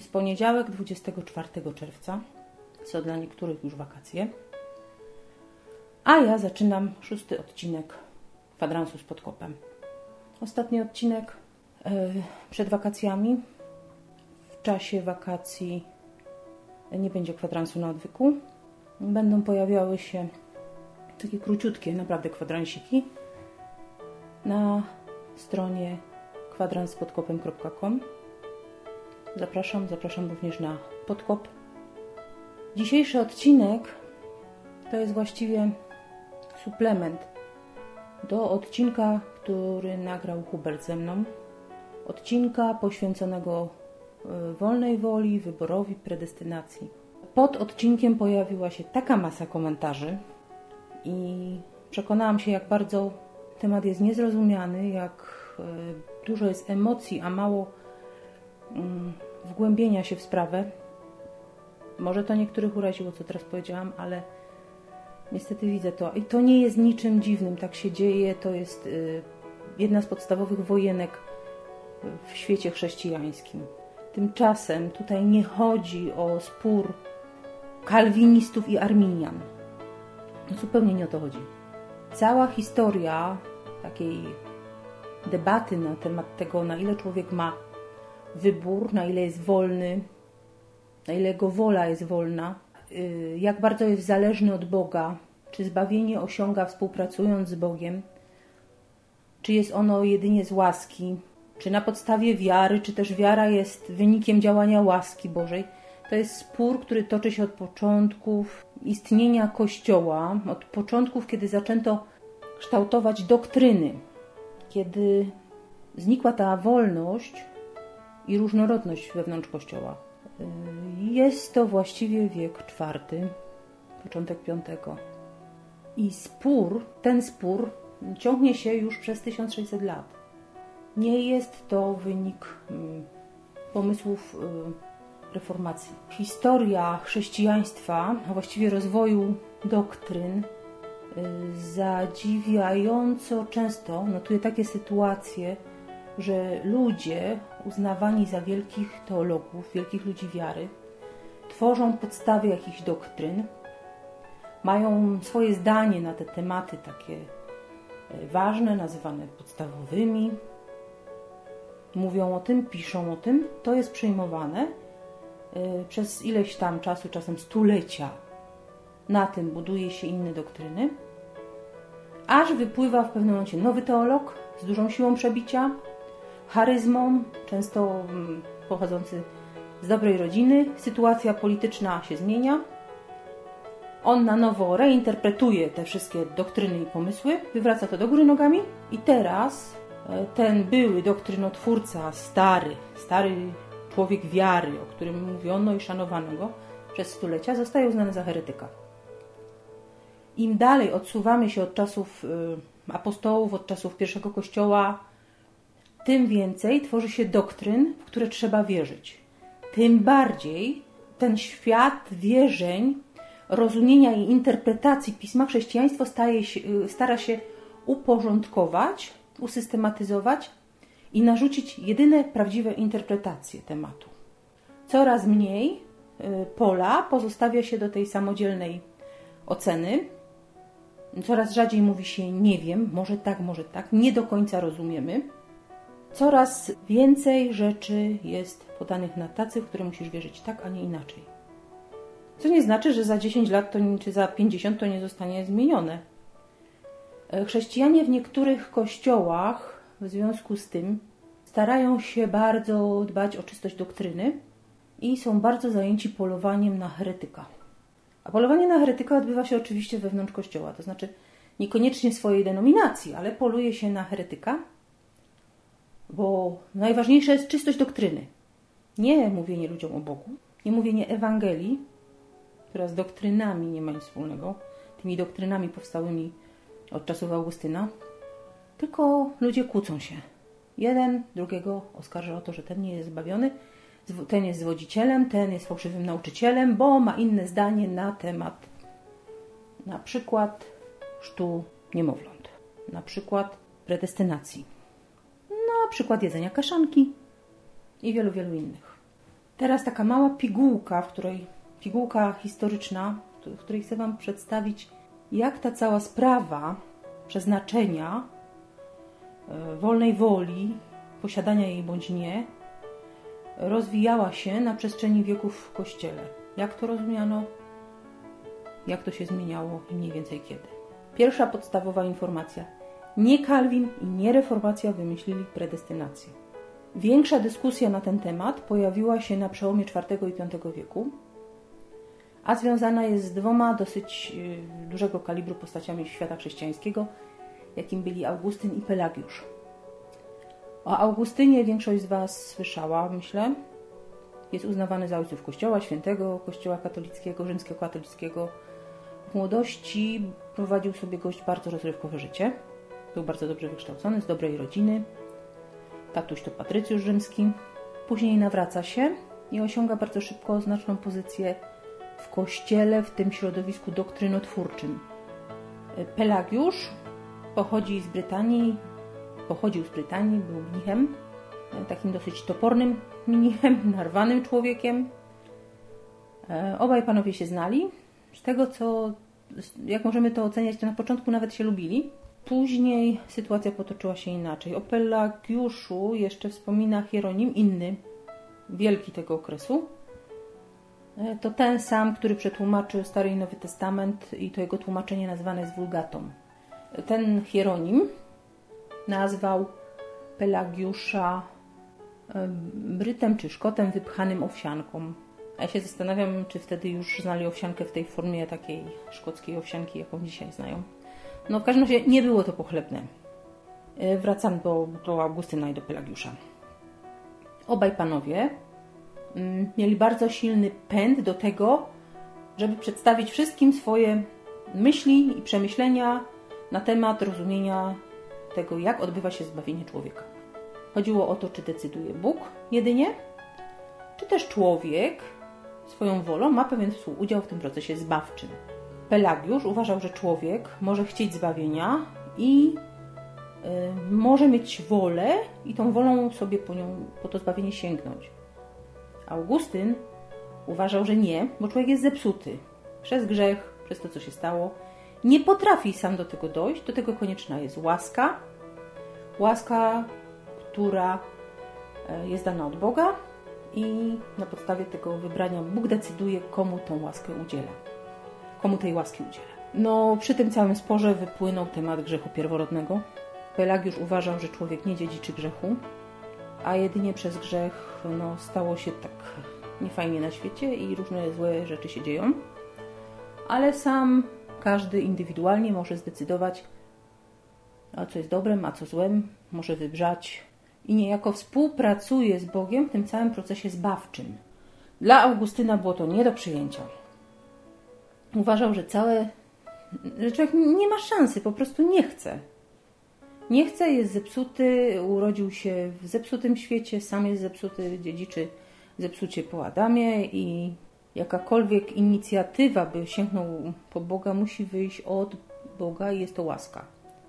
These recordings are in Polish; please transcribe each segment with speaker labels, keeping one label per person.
Speaker 1: poniedziałek 24 czerwca, co dla niektórych już wakacje, a ja zaczynam 6. odcinek kwadransu z Podkopem. Ostatni odcinek przed wakacjami. W czasie wakacji nie będzie kwadransu na odwyku. Będą pojawiały się takie króciutkie, naprawdę kwadransiki na stronie kwadranspodkopem.com. Zapraszam również na Podkop. Dzisiejszy odcinek to jest właściwie suplement do odcinka, który nagrał Hubert ze mną. Odcinka poświęconego wolnej woli, wyborowi, predestynacji. Pod odcinkiem pojawiła się taka masa komentarzy i przekonałam się, jak bardzo temat jest niezrozumiany, jak dużo jest emocji, a mało wgłębienia się w sprawę. Może to niektórych uraziło, co teraz powiedziałam, ale niestety widzę to. I to nie jest niczym dziwnym, tak się dzieje. To jest jedna z podstawowych wojenek w świecie chrześcijańskim. Tymczasem tutaj nie chodzi o spór kalwinistów i arminian. Zupełnie nie o to chodzi. Cała historia takiej debaty na temat tego, na ile człowiek ma wybór, na ile jest wolny, na ile jego wola jest wolna, jak bardzo jest zależny od Boga, czy zbawienie osiąga współpracując z Bogiem, czy jest ono jedynie z łaski, czy na podstawie wiary, czy też wiara jest wynikiem działania łaski Bożej. To jest spór, który toczy się od początków istnienia Kościoła, od początków, kiedy zaczęto kształtować doktryny, kiedy znikła ta wolność i różnorodność wewnątrz Kościoła. Jest to właściwie wiek IV, początek V. I ten spór ciągnie się już przez 1600 lat. Nie jest to wynik pomysłów reformacji. Historia chrześcijaństwa, a właściwie rozwoju doktryn, zadziwiająco często notuje takie sytuacje, że ludzie uznawani za wielkich teologów, wielkich ludzi wiary, tworzą podstawy jakichś doktryn, mają swoje zdanie na te tematy takie ważne, nazywane podstawowymi, mówią o tym, piszą o tym, to jest przyjmowane przez ileś tam czasu, czasem stulecia. Na tym buduje się inne doktryny, aż wypływa w pewnym momencie nowy teolog z dużą siłą przebicia, charyzmą, często pochodzący z dobrej rodziny. Sytuacja polityczna się zmienia. On na nowo reinterpretuje te wszystkie doktryny i pomysły, wywraca to do góry nogami i teraz ten były doktrynotwórca, stary człowiek wiary, o którym mówiono i szanowano go przez stulecia, zostaje uznany za heretyka. Im dalej odsuwamy się od czasów apostołów, od czasów pierwszego Kościoła, tym więcej tworzy się doktryn, w które trzeba wierzyć. Tym bardziej ten świat wierzeń, rozumienia i interpretacji Pisma chrześcijaństwo stara się uporządkować, usystematyzować i narzucić jedyne prawdziwe interpretacje tematu. Coraz mniej pola pozostawia się do tej samodzielnej oceny. Coraz rzadziej mówi się nie wiem, może tak, nie do końca rozumiemy. Coraz więcej rzeczy jest podanych na tacy, w które musisz wierzyć tak, a nie inaczej. Co nie znaczy, że za 10 lat czy za 50 to nie zostanie zmienione. Chrześcijanie w niektórych kościołach w związku z tym starają się bardzo dbać o czystość doktryny i są bardzo zajęci polowaniem na heretyka. A polowanie na heretyka odbywa się oczywiście wewnątrz kościoła, to znaczy niekoniecznie swojej denominacji, ale poluje się na heretyka, bo najważniejsza jest czystość doktryny. Nie mówienie ludziom o Bogu, nie mówienie Ewangelii, która z doktrynami nie ma nic wspólnego, tymi doktrynami powstałymi od czasów Augustyna, tylko ludzie kłócą się. Jeden drugiego oskarża o to, że ten nie jest zbawiony, ten jest zwodzicielem, ten jest fałszywym nauczycielem, bo ma inne zdanie na temat na przykład chrztu niemowląt, na przykład predestynacji, na przykład jedzenia kaszanki i wielu, wielu innych. Teraz taka mała pigułka historyczna, w której chcę Wam przedstawić, jak ta cała sprawa przeznaczenia, wolnej woli, posiadania jej bądź nie, rozwijała się na przestrzeni wieków w Kościele. Jak to rozumiano, jak to się zmieniało i mniej więcej kiedy. Pierwsza podstawowa informacja. Nie Kalwin i nie Reformacja wymyślili predestynację. Większa dyskusja na ten temat pojawiła się na przełomie IV i V wieku, a związana jest z dwoma dosyć dużego kalibru postaciami świata chrześcijańskiego, jakim byli Augustyn i Pelagiusz. O Augustynie większość z Was słyszała, myślę. Jest uznawany za ojców Kościoła Świętego, Kościoła katolickiego, rzymskokatolickiego. W młodości prowadził sobie gość bardzo rozrywkowe życie. Był bardzo dobrze wykształcony, z dobrej rodziny. Tatuś to patrycjusz rzymski. Później nawraca się i osiąga bardzo szybko znaczną pozycję w Kościele, w tym środowisku doktrynotwórczym. Pelagiusz pochodził z Brytanii, był mnichem, takim dosyć topornym mnichem, narwanym człowiekiem. Obaj panowie się znali. Z tego, jak możemy to oceniać, to na początku nawet się lubili. Później sytuacja potoczyła się inaczej. O Pelagiuszu jeszcze wspomina Hieronim, inny, wielki tego okresu. To ten sam, który przetłumaczył Stary i Nowy Testament i to jego tłumaczenie nazwane jest Vulgatą. Ten Hieronim nazwał Pelagiusza Brytem czy Szkotem wypchanym owsianką. A ja się zastanawiam, czy wtedy już znali owsiankę w tej formie takiej szkockiej owsianki, jaką dzisiaj znają. No w każdym razie nie było to pochlebne. Wracam do Augustyna i do Pelagiusza. Obaj panowie mieli bardzo silny pęd do tego, żeby przedstawić wszystkim swoje myśli i przemyślenia na temat rozumienia tego, jak odbywa się zbawienie człowieka. Chodziło o to, czy decyduje Bóg jedynie, czy też człowiek swoją wolą ma pewien współudział w tym procesie zbawczym. Pelagiusz uważał, że człowiek może chcieć zbawienia i może mieć wolę i tą wolą sobie po to zbawienie sięgnąć. Augustyn uważał, że nie, bo człowiek jest zepsuty przez grzech, przez to, co się stało. Nie potrafi sam do tego dojść, do tego konieczna jest łaska. Łaska, która jest dana od Boga i na podstawie tego wybrania Bóg decyduje, komu tą łaskę udziela. Komu tej łaski udziela. No, przy tym całym sporze wypłynął temat grzechu pierworodnego. Pelagiusz uważał, że człowiek nie dziedziczy grzechu, a jedynie przez grzech stało się tak niefajnie na świecie i różne złe rzeczy się dzieją. Ale sam każdy indywidualnie może zdecydować, a co jest dobrem, a co złem, może wybrzać i niejako współpracuje z Bogiem w tym całym procesie zbawczym. Dla Augustyna było to nie do przyjęcia. Uważał, że człowiek nie ma szansy, po prostu nie chce. Nie chce, jest zepsuty, urodził się w zepsutym świecie, sam jest zepsuty, dziedziczy zepsucie po Adamie i jakakolwiek inicjatywa, by sięgnął po Boga, musi wyjść od Boga i jest to łaska.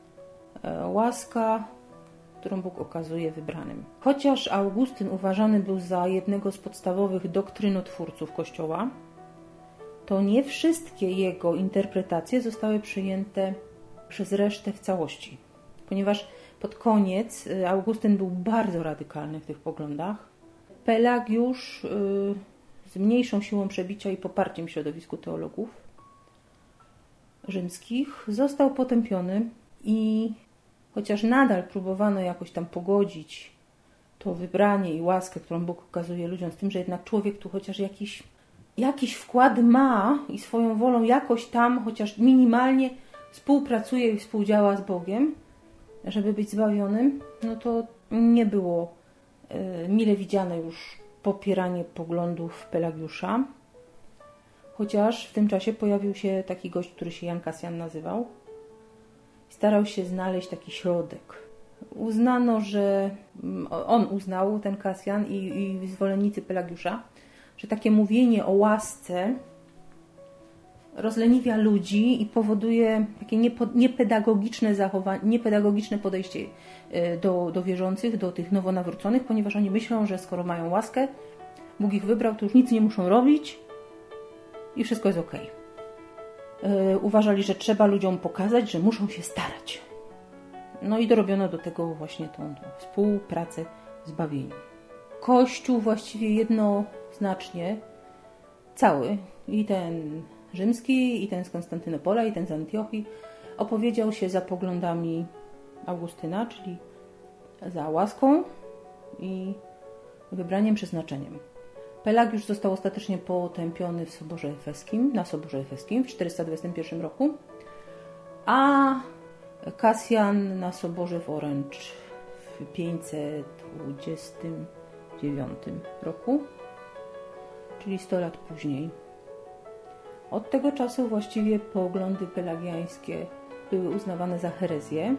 Speaker 1: Łaska, którą Bóg okazuje wybranym. Chociaż Augustyn uważany był za jednego z podstawowych doktrynotwórców Kościoła, to nie wszystkie jego interpretacje zostały przyjęte przez resztę w całości. Ponieważ pod koniec Augustyn był bardzo radykalny w tych poglądach. Pelagiusz z mniejszą siłą przebicia i poparciem w środowisku teologów rzymskich został potępiony i chociaż nadal próbowano jakoś tam pogodzić to wybranie i łaskę, którą Bóg okazuje ludziom z tym, że jednak człowiek tu chociaż jakiś wkład ma i swoją wolą jakoś tam, chociaż minimalnie współpracuje i współdziała z Bogiem, żeby być zbawionym, no to nie było mile widziane już popieranie poglądów Pelagiusza. Chociaż w tym czasie pojawił się taki gość, który się Jan Kasjan nazywał. Starał się znaleźć taki środek. On uznał, ten Kasjan i zwolennicy Pelagiusza, że takie mówienie o łasce rozleniwia ludzi i powoduje takie niepedagogiczne podejście do wierzących, do tych nowonawróconych, ponieważ oni myślą, że skoro mają łaskę, Bóg ich wybrał, to już nic nie muszą robić i wszystko jest okej. Uważali, że trzeba ludziom pokazać, że muszą się starać. No i dorobiono do tego właśnie tą współpracę w zbawieniu. Kościół właściwie jednoznacznie cały, i ten rzymski, i ten z Konstantynopola, i ten z Antiochii, opowiedział się za poglądami Augustyna, czyli za łaską i wybraniem, przeznaczeniem. Pelagiusz został ostatecznie potępiony na Soborze Efeskim w 421 roku, a Kasjan na Soborze w Orange w 529 roku, czyli 100 lat później. Od tego czasu właściwie poglądy pelagiańskie były uznawane za herezję.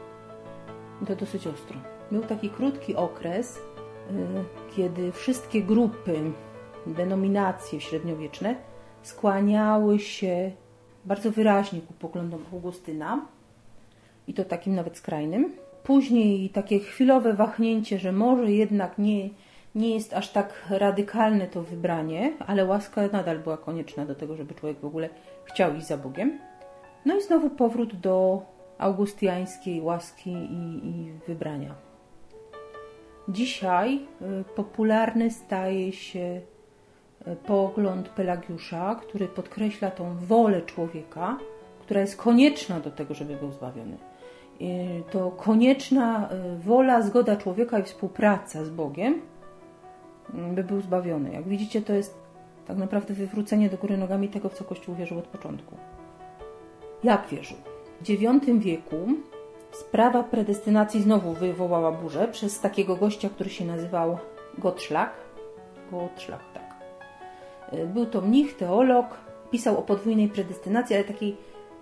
Speaker 1: I to dosyć ostro. Był taki krótki okres, kiedy wszystkie grupy, denominacje średniowieczne skłaniały się bardzo wyraźnie ku poglądom Augustyna i to takim nawet skrajnym. Później takie chwilowe wahnięcie, że może jednak nie jest aż tak radykalne to wybranie, ale łaska nadal była konieczna do tego, żeby człowiek w ogóle chciał iść za Bogiem. No i znowu powrót do augustiańskiej łaski i wybrania. Dzisiaj popularny staje się pogląd Pelagiusza, który podkreśla tą wolę człowieka, która jest konieczna do tego, żeby był zbawiony. To konieczna wola, zgoda człowieka i współpraca z Bogiem, by był zbawiony. Jak widzicie, to jest tak naprawdę wywrócenie do góry nogami tego, w co Kościół wierzył od początku. Jak wierzył? W IX wieku sprawa predestynacji znowu wywołała burzę przez takiego gościa, który się nazywał Gottschalk, tak. Był to mnich, teolog, pisał o podwójnej predestynacji, ale takiej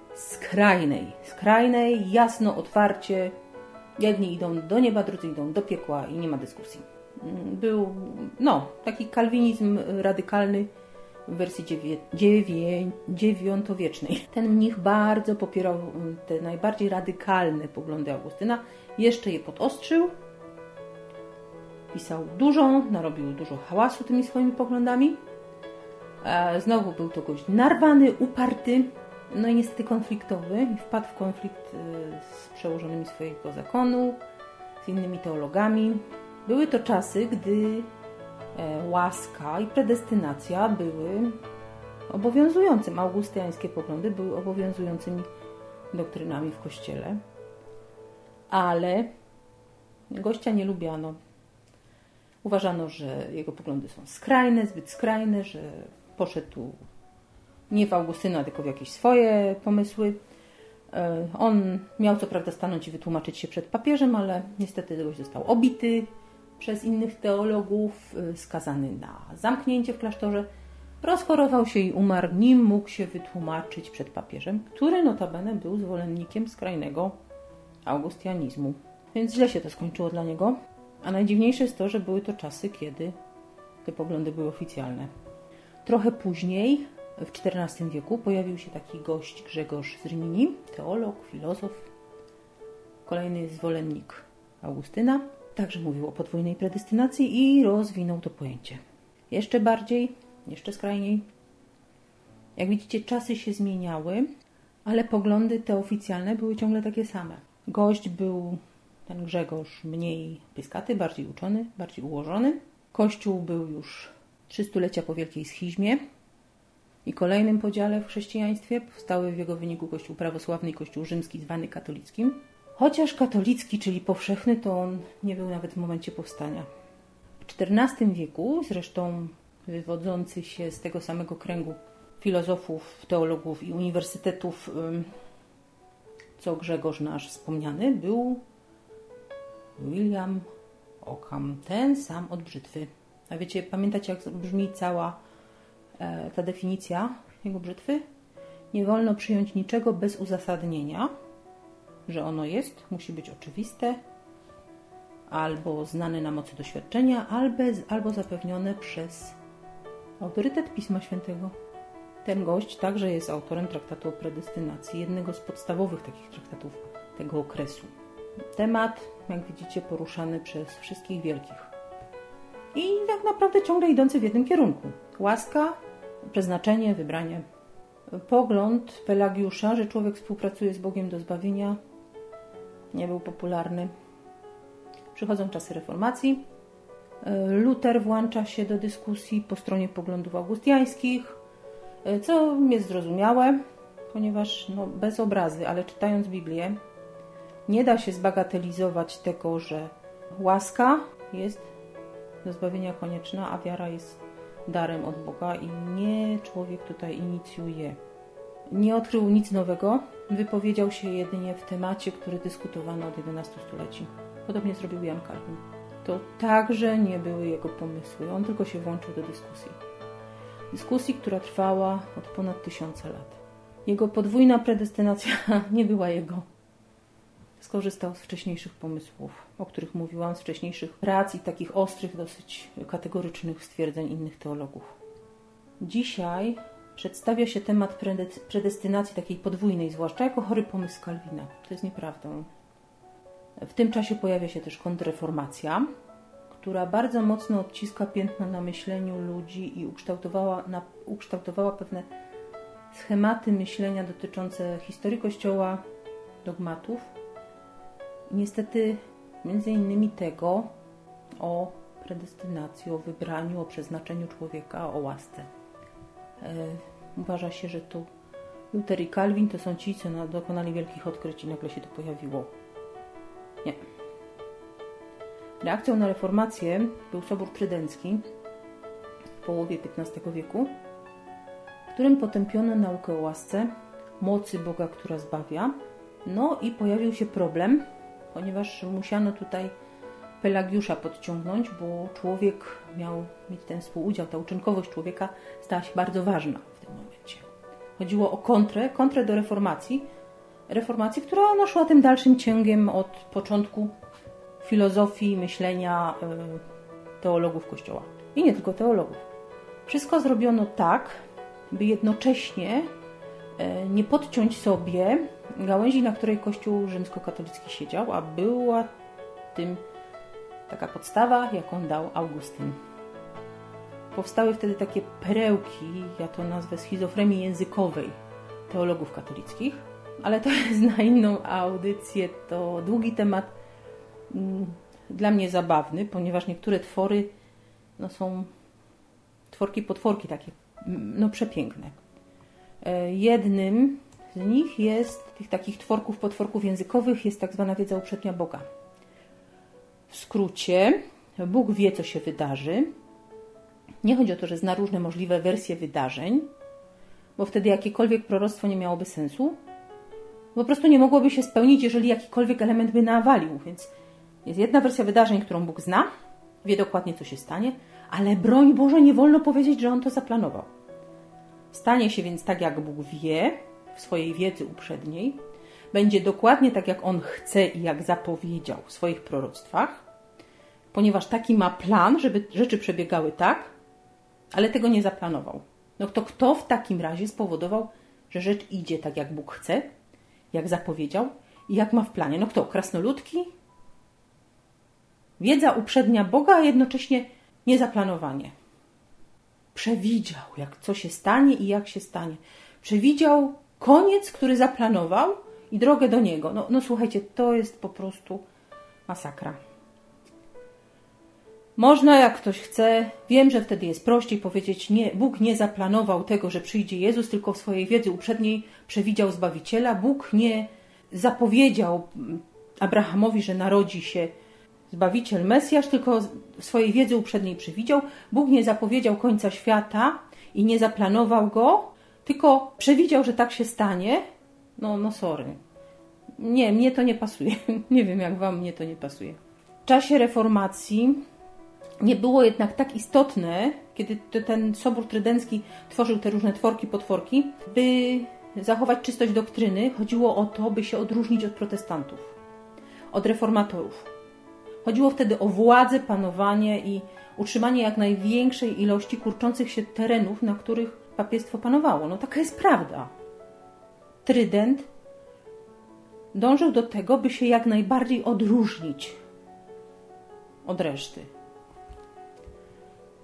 Speaker 1: skrajnej, jasno, otwarcie. Jedni idą do nieba, drudzy idą do piekła i nie ma dyskusji. Był taki kalwinizm radykalny w wersji dziewiątowiecznej. Ten mnich bardzo popierał te najbardziej radykalne poglądy Augustyna. Jeszcze je podostrzył. Pisał dużo, narobił dużo hałasu tymi swoimi poglądami. Znowu był to gość narwany, uparty, no i niestety konfliktowy. I wpadł w konflikt z przełożonymi swojego zakonu, z innymi teologami. Były to czasy, gdy łaska i predestynacja były obowiązującym, augustiańskie poglądy były obowiązującymi doktrynami w Kościele, ale gościa nie lubiano. Uważano, że jego poglądy są skrajne, zbyt skrajne, że poszedł nie w Augustyna, tylko w jakieś swoje pomysły. On miał co prawda stanąć i wytłumaczyć się przed papieżem, ale niestety gość został obity przez innych teologów, skazany na zamknięcie w klasztorze, rozchorował się i umarł, nim mógł się wytłumaczyć przed papieżem, który notabene był zwolennikiem skrajnego augustianizmu. Więc źle się to skończyło dla niego. A najdziwniejsze jest to, że były to czasy, kiedy te poglądy były oficjalne. Trochę później, w XIV wieku, pojawił się taki gość Grzegorz z Rimini, teolog, filozof, kolejny zwolennik Augustyna. Także mówił o podwójnej predestynacji i rozwinął to pojęcie. Jeszcze bardziej, jeszcze skrajniej. Jak widzicie, czasy się zmieniały, ale poglądy te oficjalne były ciągle takie same. Gość był, ten Grzegorz, mniej pyskaty, bardziej uczony, bardziej ułożony. Kościół był już 300-lecia po wielkiej schizmie i kolejnym podziale w chrześcijaństwie. Powstały w jego wyniku Kościół prawosławny i Kościół rzymski, zwany katolickim. Chociaż katolicki, czyli powszechny, to on nie był nawet w momencie powstania. W XIV wieku, zresztą wywodzący się z tego samego kręgu filozofów, teologów i uniwersytetów, co Grzegorz nasz wspomniany, był William Ockham, ten sam od brzytwy. A wiecie, pamiętacie, jak brzmi cała ta definicja jego brzytwy? Nie wolno przyjąć niczego bez uzasadnienia, że ono jest, musi być oczywiste, albo znane na mocy doświadczenia, albo zapewnione przez autorytet Pisma Świętego. Ten gość także jest autorem traktatu o predestynacji, jednego z podstawowych takich traktatów tego okresu. Temat, jak widzicie, poruszany przez wszystkich wielkich. i tak naprawdę ciągle idący w jednym kierunku. Łaska, przeznaczenie, wybranie. Pogląd Pelagiusza, że człowiek współpracuje z Bogiem do zbawienia, nie był popularny. Przychodzą czasy reformacji. Luter włącza się do dyskusji po stronie poglądów augustiańskich, co jest zrozumiałe, ponieważ bez obrazy, ale czytając Biblię, nie da się zbagatelizować tego, że łaska jest do zbawienia konieczna, a wiara jest darem od Boga i nie człowiek tutaj inicjuje. Nie odkrył nic nowego, wypowiedział się jedynie w temacie, który dyskutowano od 11 stuleci. Podobnie zrobił Jan Kalwin. To także nie były jego pomysły, on tylko się włączył do dyskusji. Dyskusji, która trwała od ponad 1000 lat. Jego podwójna predestynacja nie była jego. Skorzystał z wcześniejszych pomysłów, o których mówiłam, z wcześniejszych prac i takich ostrych, dosyć kategorycznych stwierdzeń innych teologów. Dzisiaj przedstawia się temat predestynacji takiej podwójnej, zwłaszcza jako chory pomysł Kalwina. To jest nieprawdą. W tym czasie pojawia się też kontrreformacja, która bardzo mocno odciska piętno na myśleniu ludzi i ukształtowała pewne schematy myślenia dotyczące historii Kościoła, dogmatów. Niestety między innymi tego o predestynacji, o wybraniu, o przeznaczeniu człowieka, o łasce. Uważa się, że to Luter i Kalwin to są ci, co dokonali wielkich odkryć i nagle się to pojawiło. Nie. Reakcją na reformację był Sobór Trydencki w połowie XV wieku, w którym potępiono naukę o łasce, mocy Boga, która zbawia. I pojawił się problem, ponieważ musiano tutaj Pelagiusza podciągnąć, bo człowiek miał mieć ten współudział, ta uczynkowość człowieka stała się bardzo ważna w tym momencie. Chodziło o kontrę do reformacji, która szła tym dalszym ciągiem od początku filozofii, myślenia teologów Kościoła. I nie tylko teologów. Wszystko zrobiono tak, by jednocześnie nie podciąć sobie gałęzi, na której Kościół rzymskokatolicki siedział, a była tym taka podstawa, jaką dał Augustyn. Powstały wtedy takie perełki, ja to nazwę schizofrenii językowej teologów katolickich, ale to jest na inną audycję, to długi temat, dla mnie zabawny, ponieważ niektóre twory są potworki takie, przepiękne. Jednym z nich jest, tych takich potworków językowych jest tak zwana wiedza uprzednia Boga. W skrócie, Bóg wie, co się wydarzy. Nie chodzi o to, że zna różne możliwe wersje wydarzeń, bo wtedy jakiekolwiek proroctwo nie miałoby sensu. Po prostu nie mogłoby się spełnić, jeżeli jakikolwiek element by nawalił. Więc jest jedna wersja wydarzeń, którą Bóg zna, wie dokładnie, co się stanie, ale broń Boże, nie wolno powiedzieć, że On to zaplanował. Stanie się więc tak, jak Bóg wie, w swojej wiedzy uprzedniej, będzie dokładnie tak, jak On chce i jak zapowiedział w swoich proroctwach, ponieważ taki ma plan, żeby rzeczy przebiegały tak, ale tego nie zaplanował. To kto w takim razie spowodował, że rzecz idzie tak, jak Bóg chce, jak zapowiedział i jak ma w planie? Kto? Krasnoludki? Wiedza uprzednia Boga, a jednocześnie niezaplanowanie. Przewidział, co się stanie i jak się stanie. Przewidział koniec, który zaplanował i drogę do niego. Słuchajcie, to jest po prostu masakra. Można, jak ktoś chce, wiem, że wtedy jest prościej powiedzieć, nie, Bóg nie zaplanował tego, że przyjdzie Jezus, tylko w swojej wiedzy uprzedniej przewidział Zbawiciela. Bóg nie zapowiedział Abrahamowi, że narodzi się Zbawiciel, Mesjasz, tylko w swojej wiedzy uprzedniej przewidział. Bóg nie zapowiedział końca świata i nie zaplanował go, tylko przewidział, że tak się stanie. Sorry. Nie, mnie to nie pasuje. Nie wiem, jak wam, mnie to nie pasuje. W czasie reformacji nie było jednak tak istotne, kiedy ten Sobór Trydencki tworzył te różne potworki, by zachować czystość doktryny. Chodziło o to, by się odróżnić od protestantów, od reformatorów. Chodziło wtedy o władzę, panowanie i utrzymanie jak największej ilości kurczących się terenów, na których papiestwo panowało. Taka jest prawda. Trydent dążył do tego, by się jak najbardziej odróżnić od reszty.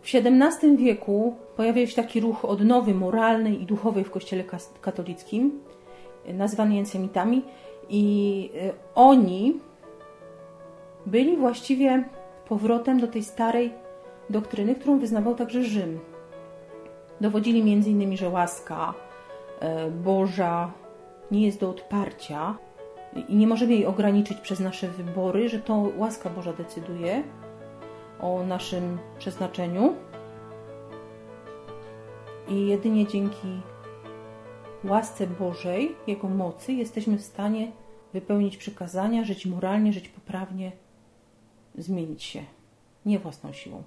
Speaker 1: W XVII wieku pojawia się taki ruch odnowy moralnej i duchowej w Kościele katolickim, nazwany antysemitami, i oni byli właściwie powrotem do tej starej doktryny, którą wyznawał także Rzym. Dowodzili m.in., że łaska Boża nie jest do odparcia i nie możemy jej ograniczyć przez nasze wybory, że to łaska Boża decyduje o naszym przeznaczeniu i jedynie dzięki łasce Bożej, Jego mocy, jesteśmy w stanie wypełnić przykazania, żyć moralnie, żyć poprawnie, zmienić się, nie własną siłą.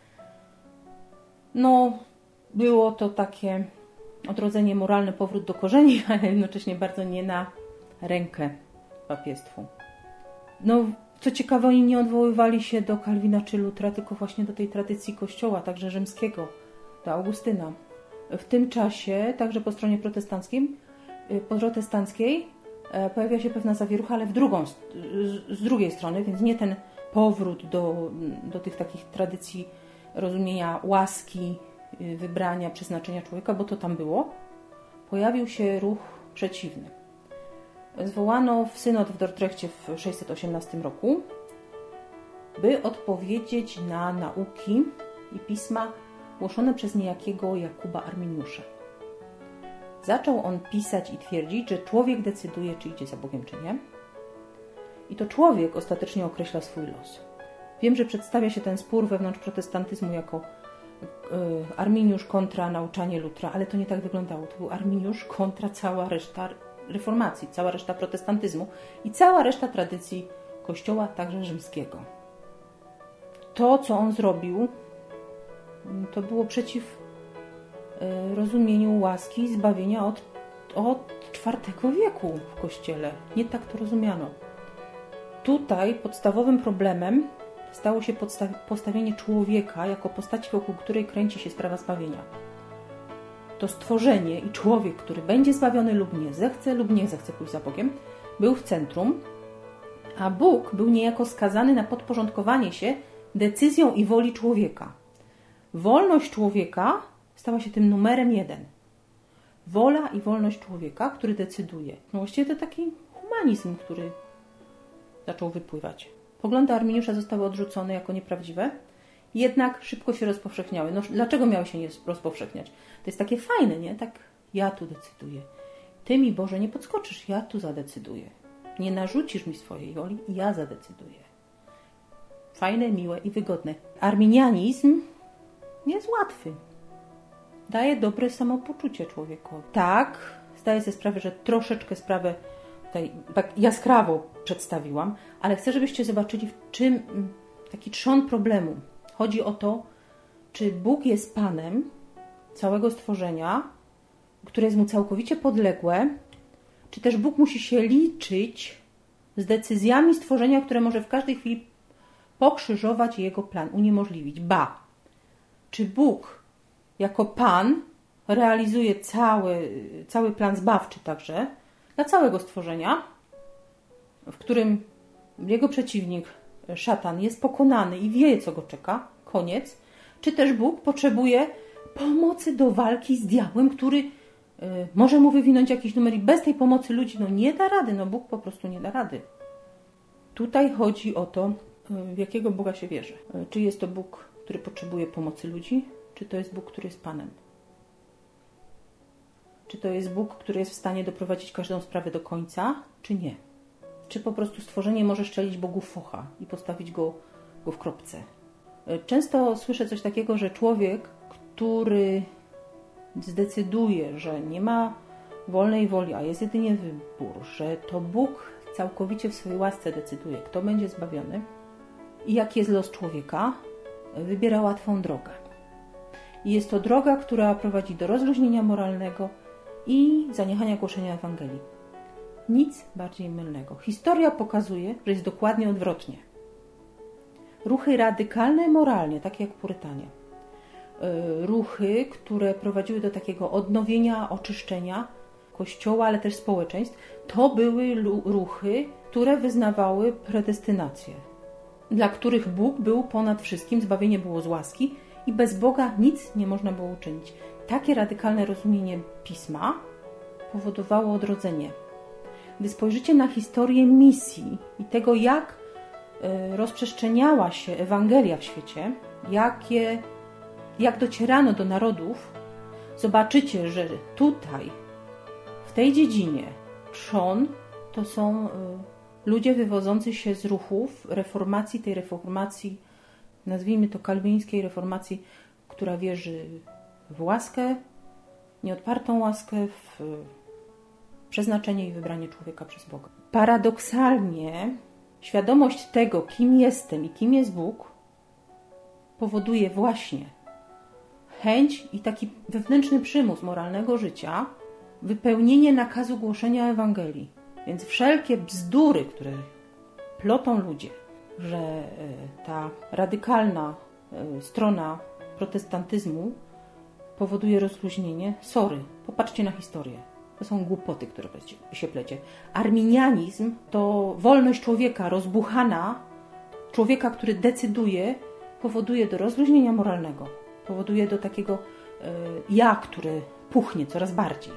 Speaker 1: No, było to takie odrodzenie moralne, powrót do korzeni, ale jednocześnie bardzo nie na rękę papiestwu. No, co ciekawe, oni nie odwoływali się do Kalwina czy Lutra, tylko właśnie do tej tradycji Kościoła, także rzymskiego, do Augustyna. W tym czasie, także po stronie protestanckiej, pojawia się pewna zawierucha, ale z drugiej strony, więc nie ten powrót do tych takich tradycji rozumienia łaski, wybrania, przeznaczenia człowieka, bo to tam było. Pojawił się ruch przeciwny. Zwołano synod w Dordrechcie w 618 roku, by odpowiedzieć na nauki i pisma głoszone przez niejakiego Jakuba Arminiusza. Zaczął on pisać i twierdzić, że człowiek decyduje, czy idzie za Bogiem, czy nie. I to człowiek ostatecznie określa swój los. Wiem, że przedstawia się ten spór wewnątrz protestantyzmu jako Arminiusz kontra nauczanie Lutra, ale to nie tak wyglądało. To był Arminiusz kontra cała reszta reformacji, cała reszta protestantyzmu i cała reszta tradycji Kościoła, także rzymskiego. To, co on zrobił, to było przeciw rozumieniu łaski i zbawienia od IV wieku w Kościele. Nie tak to rozumiano. Tutaj podstawowym problemem stało się postawienie człowieka jako postaci, wokół której kręci się sprawa zbawienia. To stworzenie i człowiek, który będzie zbawiony lub nie zechce pójść za Bogiem, był w centrum, a Bóg był niejako skazany na podporządkowanie się decyzją i woli człowieka. Wolność człowieka stała się tym numerem 1. Wola i wolność człowieka, który decyduje. No właściwie to taki humanizm, który zaczął wypływać. Poglądy Arminiusza zostały odrzucone jako nieprawdziwe, jednak szybko się rozpowszechniały. No dlaczego miały się nie rozpowszechniać? To jest takie fajne, nie? Tak, ja tu decyduję. Ty mi, Boże, nie podskoczysz, ja tu zadecyduję. Nie narzucisz mi swojej woli, ja zadecyduję. Fajne, miłe i wygodne. Arminianizm nie jest łatwy. Daje dobre samopoczucie człowiekowi. Tak, zdaję sobie sprawę, że troszeczkę sprawę tutaj tak jaskrawo przedstawiłam, ale chcę, żebyście zobaczyli, w czym taki trzon problemu. Chodzi o to, czy Bóg jest Panem całego stworzenia, które jest Mu całkowicie podległe, czy też Bóg musi się liczyć z decyzjami stworzenia, które może w każdej chwili pokrzyżować Jego plan, uniemożliwić. Czy Bóg jako Pan realizuje cały plan zbawczy także dla całego stworzenia, w którym jego przeciwnik, szatan, jest pokonany i wie, co go czeka, koniec, czy też Bóg potrzebuje pomocy do walki z diabłem, który może mu wywinąć jakiś numer i bez tej pomocy ludzi nie da rady, Bóg po prostu nie da rady. Tutaj chodzi o to, w jakiego Boga się wierzy. Czy jest to Bóg, który potrzebuje pomocy ludzi, czy to jest Bóg, który jest Panem? Czy to jest Bóg, który jest w stanie doprowadzić każdą sprawę do końca, czy nie? Czy po prostu stworzenie może szczelić Bogu focha i postawić go w kropce? Często słyszę coś takiego, że człowiek, który zdecyduje, że nie ma wolnej woli, a jest jedynie wybór, że to Bóg całkowicie w swojej łasce decyduje, kto będzie zbawiony i jaki jest los człowieka, wybiera łatwą drogę. I jest to droga, która prowadzi do rozluźnienia moralnego i zaniechania głoszenia Ewangelii. Nic bardziej mylnego. Historia pokazuje, że jest dokładnie odwrotnie. Ruchy radykalne moralnie, takie jak Purytanie. Ruchy, które prowadziły do takiego odnowienia, oczyszczenia Kościoła, ale też społeczeństw, to były ruchy, które wyznawały predestynację, dla których Bóg był ponad wszystkim, zbawienie było z łaski i bez Boga nic nie można było uczynić. Takie radykalne rozumienie Pisma powodowało odrodzenie. Gdy spojrzycie na historię misji i tego, jak rozprzestrzeniała się Ewangelia w świecie, jak docierano do narodów, zobaczycie, że tutaj, w tej dziedzinie, trzon to są ludzie wywodzący się z ruchów reformacji, tej reformacji, nazwijmy to kalwińskiej reformacji, która wierzy w łaskę, nieodpartą łaskę, w przeznaczenie i wybranie człowieka przez Boga. Paradoksalnie świadomość tego, kim jestem i kim jest Bóg, powoduje właśnie chęć i taki wewnętrzny przymus moralnego życia, wypełnienie nakazu głoszenia Ewangelii. Więc wszelkie bzdury, które plotą ludzie, że ta radykalna strona protestantyzmu powoduje rozluźnienie, popatrzcie na historię. To są głupoty, które się plecie. Arminianizm to wolność człowieka rozbuchana, człowieka, który decyduje, powoduje do rozluźnienia moralnego. Powoduje do takiego ja, który puchnie coraz bardziej.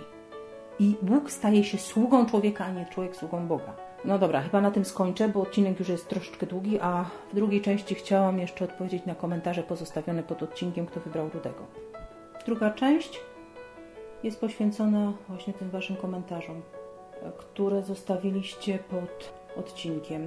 Speaker 1: I Bóg staje się sługą człowieka, a nie człowiek sługą Boga. No dobra, chyba na tym skończę, bo odcinek już jest troszeczkę długi, a w drugiej części chciałam jeszcze odpowiedzieć na komentarze pozostawione pod odcinkiem, kto wybrał Rudego. Druga część jest poświęcona właśnie tym waszym komentarzom, które zostawiliście pod odcinkiem.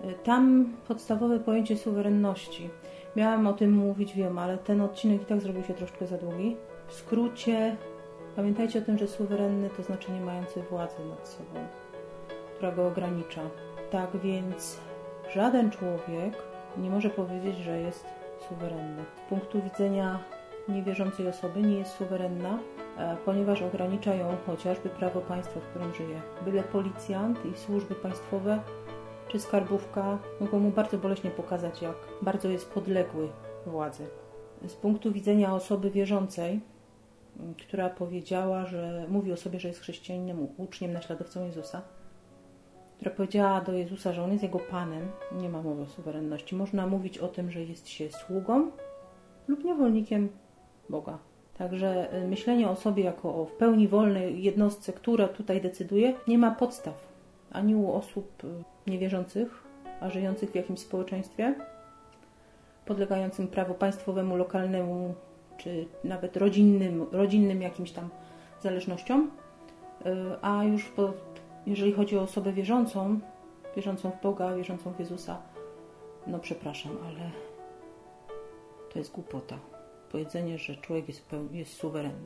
Speaker 1: Tam podstawowe pojęcie suwerenności. Miałam o tym mówić, wiem, ale ten odcinek i tak zrobił się troszkę za długi. W skrócie, pamiętajcie o tym, że suwerenny to znaczenie mający władzę nad sobą, która go ogranicza. Tak więc żaden człowiek nie może powiedzieć, że jest suwerenny. Z punktu widzenia niewierzącej osoby nie jest suwerenna, ponieważ ogranicza ją chociażby prawo państwa, w którym żyje. Byle policjant i służby państwowe czy skarbówka mogą mu bardzo boleśnie pokazać, jak bardzo jest podległy władzy. Z punktu widzenia osoby wierzącej, która powiedziała, że mówi o sobie, że jest chrześcijaninem, uczniem, naśladowcą Jezusa, która powiedziała do Jezusa, że On jest Jego Panem, nie ma mowy o suwerenności. Można mówić o tym, że jest się sługą lub niewolnikiem Boga. Także myślenie o sobie jako o w pełni wolnej jednostce, która tutaj decyduje, nie ma podstaw ani u osób niewierzących, a żyjących w jakimś społeczeństwie, podlegającym prawu państwowemu, lokalnemu, czy nawet rodzinnym jakimś tam zależnościom. A już jeżeli chodzi o osobę wierzącą w Boga, wierzącą w Jezusa, no przepraszam, ale to jest głupota. Powiedzenie, że człowiek jest suwerenny.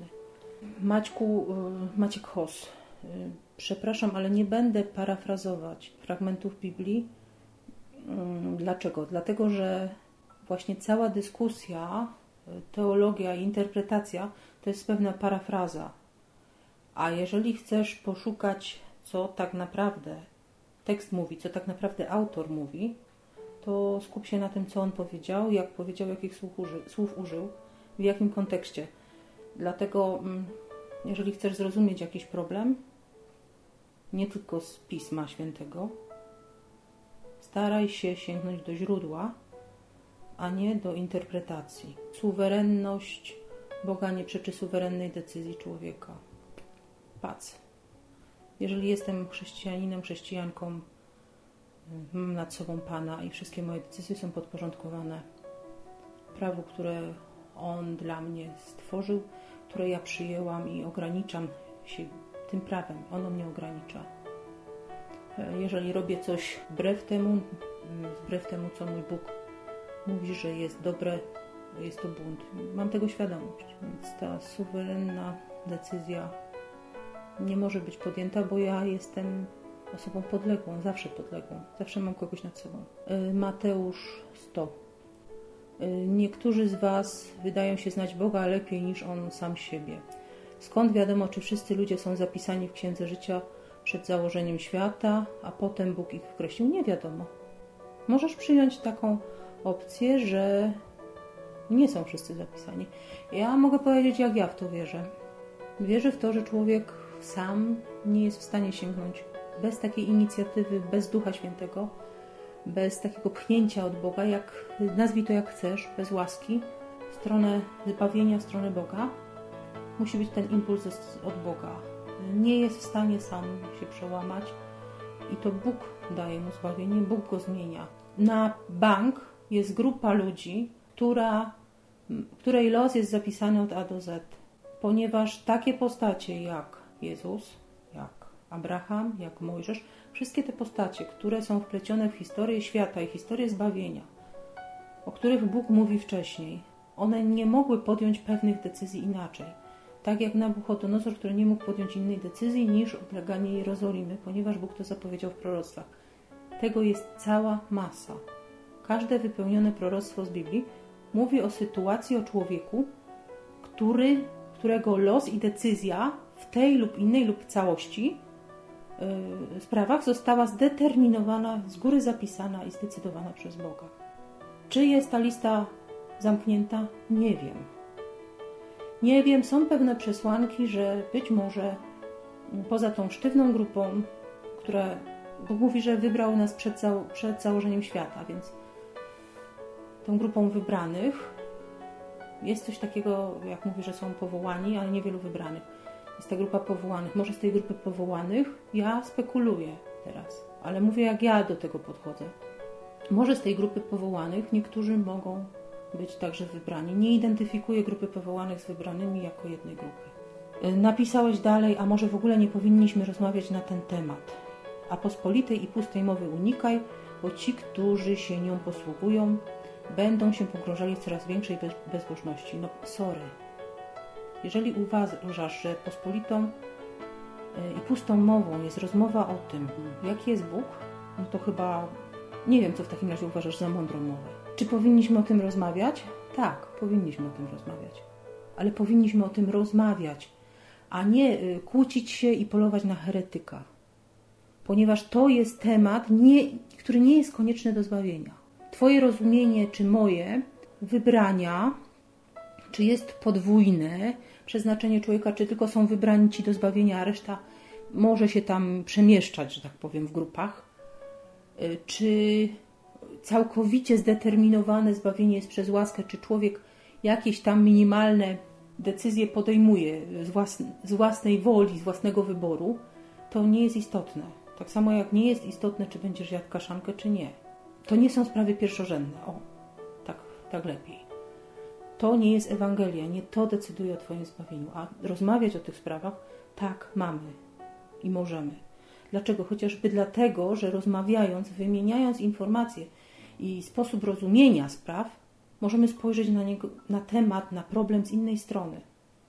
Speaker 1: Maciek Hos. Przepraszam, ale nie będę parafrazować fragmentów Biblii. Dlaczego? Dlatego, że właśnie cała dyskusja, teologia i interpretacja to jest pewna parafraza. A jeżeli chcesz poszukać, co tak naprawdę tekst mówi, co tak naprawdę autor mówi, to skup się na tym, co on powiedział, jak powiedział, jakich słów użył, w jakim kontekście. Dlatego, jeżeli chcesz zrozumieć jakiś problem, nie tylko z Pisma Świętego, staraj się sięgnąć do źródła, a nie do interpretacji. Suwerenność Boga nie przeczy suwerennej decyzji człowieka. Pac. Jeżeli jestem chrześcijaninem, chrześcijanką, mam nad sobą Pana i wszystkie moje decyzje są podporządkowane prawu, które On dla mnie stworzył, które ja przyjęłam i ograniczam się tym prawem. Ono mnie ogranicza. Jeżeli robię coś wbrew temu, co mój Bóg mówi, że jest dobre, jest to bunt. Mam tego świadomość. Więc ta suwerenna decyzja nie może być podjęta, bo ja jestem osobą podległą, zawsze podległą. Zawsze mam kogoś nad sobą. Mateusz 100. Niektórzy z Was wydają się znać Boga lepiej niż On sam siebie. Skąd wiadomo, czy wszyscy ludzie są zapisani w Księdze Życia przed założeniem świata, a potem Bóg ich wkreślił? Nie wiadomo. Możesz przyjąć taką opcję, że nie są wszyscy zapisani. Ja mogę powiedzieć, jak ja w to wierzę. Wierzę w to, że człowiek sam nie jest w stanie sięgnąć bez takiej inicjatywy, bez Ducha Świętego, bez takiego pchnięcia od Boga, nazwij to jak chcesz, bez łaski, stronę zbawienia, w stronę Boga, musi być ten impuls od Boga. Nie jest w stanie sam się przełamać i to Bóg daje mu zbawienie, Bóg go zmienia. Na bank jest grupa ludzi, której los jest zapisany od A do Z, ponieważ takie postacie jak Jezus, jak Abraham, jak Mojżesz, wszystkie te postacie, które są wplecione w historię świata i historię zbawienia, o których Bóg mówi wcześniej, one nie mogły podjąć pewnych decyzji inaczej. Tak jak Nabuchodonozor, który nie mógł podjąć innej decyzji niż obleganie Jerozolimy, ponieważ Bóg to zapowiedział w proroctwach. Tego jest cała masa. Każde wypełnione proroctwo z Biblii mówi o sytuacji, o człowieku, którego los i decyzja w tej lub innej lub całości sprawach została zdeterminowana, z góry zapisana i zdecydowana przez Boga. Czy jest ta lista zamknięta? Nie wiem. Nie wiem, są pewne przesłanki, że być może poza tą sztywną grupą, która Bóg mówi, że wybrał nas przed założeniem świata, więc tą grupą wybranych jest coś takiego, jak mówi, że są powołani, ale niewielu wybranych. Jest ta grupa powołanych. Może z tej grupy powołanych ja spekuluję teraz, ale mówię, jak ja do tego podchodzę. Może z tej grupy powołanych niektórzy mogą być także wybrani. Nie identyfikuję grupy powołanych z wybranymi jako jednej grupy. Napisałeś dalej, a może w ogóle nie powinniśmy rozmawiać na ten temat. A pospolitej i pustej mowy unikaj, bo ci, którzy się nią posługują, będą się pogrążali w coraz większej bezbożności. No, sorry. Jeżeli uważasz, że pospolitą i pustą mową jest rozmowa o tym, jaki jest Bóg, no to chyba nie wiem, co w takim razie uważasz za mądrą mowę. Czy powinniśmy o tym rozmawiać? Tak, powinniśmy o tym rozmawiać. Ale powinniśmy o tym rozmawiać, a nie kłócić się i polować na heretyka. Ponieważ to jest temat, który nie jest konieczny do zbawienia. Twoje rozumienie, czy moje wybrania, czy jest podwójne przeznaczenie człowieka, czy tylko są wybrani ci do zbawienia, a reszta może się tam przemieszczać, że tak powiem, w grupach, czy całkowicie zdeterminowane zbawienie jest przez łaskę, czy człowiek jakieś tam minimalne decyzje podejmuje z własnej woli, z własnego wyboru, to nie jest istotne. Tak samo jak nie jest istotne, czy będziesz jadł kaszankę, czy nie. To nie są sprawy pierwszorzędne. O, tak lepiej. To nie jest Ewangelia, nie to decyduje o Twoim zbawieniu. A rozmawiać o tych sprawach, tak, mamy i możemy. Dlaczego? Chociażby dlatego, że rozmawiając, wymieniając informacje i sposób rozumienia spraw, możemy spojrzeć na temat, na problem z innej strony.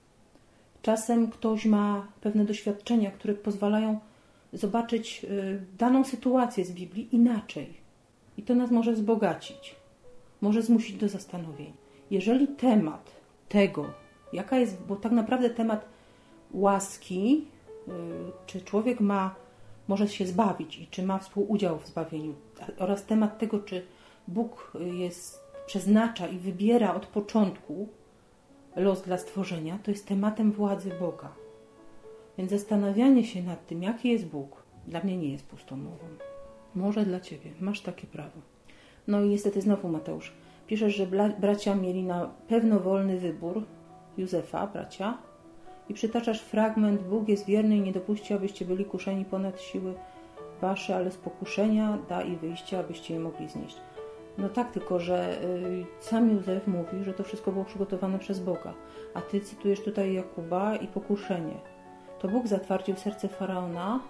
Speaker 1: Czasem ktoś ma pewne doświadczenia, które pozwalają zobaczyć daną sytuację z Biblii inaczej. I to nas może wzbogacić, może zmusić do zastanowień. Jeżeli temat tego, jaka jest, bo tak naprawdę temat łaski, czy człowiek może się zbawić i czy ma współudział w zbawieniu, oraz temat tego, czy Bóg przeznacza i wybiera od początku los dla stworzenia, to jest tematem władzy Boga. Więc zastanawianie się nad tym, jaki jest Bóg, dla mnie nie jest pustą mową. Może dla Ciebie. Masz takie prawo. No i niestety znowu, Mateusz, piszesz, że bracia mieli na pewno wolny wybór, Józefa, bracia, i przytaczasz fragment: Bóg jest wierny i nie dopuści, abyście byli kuszeni ponad siły wasze, ale z pokuszenia da i wyjście, abyście je mogli znieść. No tak, tylko że sam Józef mówi, że to wszystko było przygotowane przez Boga, a Ty cytujesz tutaj Jakuba i pokuszenie. To Bóg zatwardził serce Faraona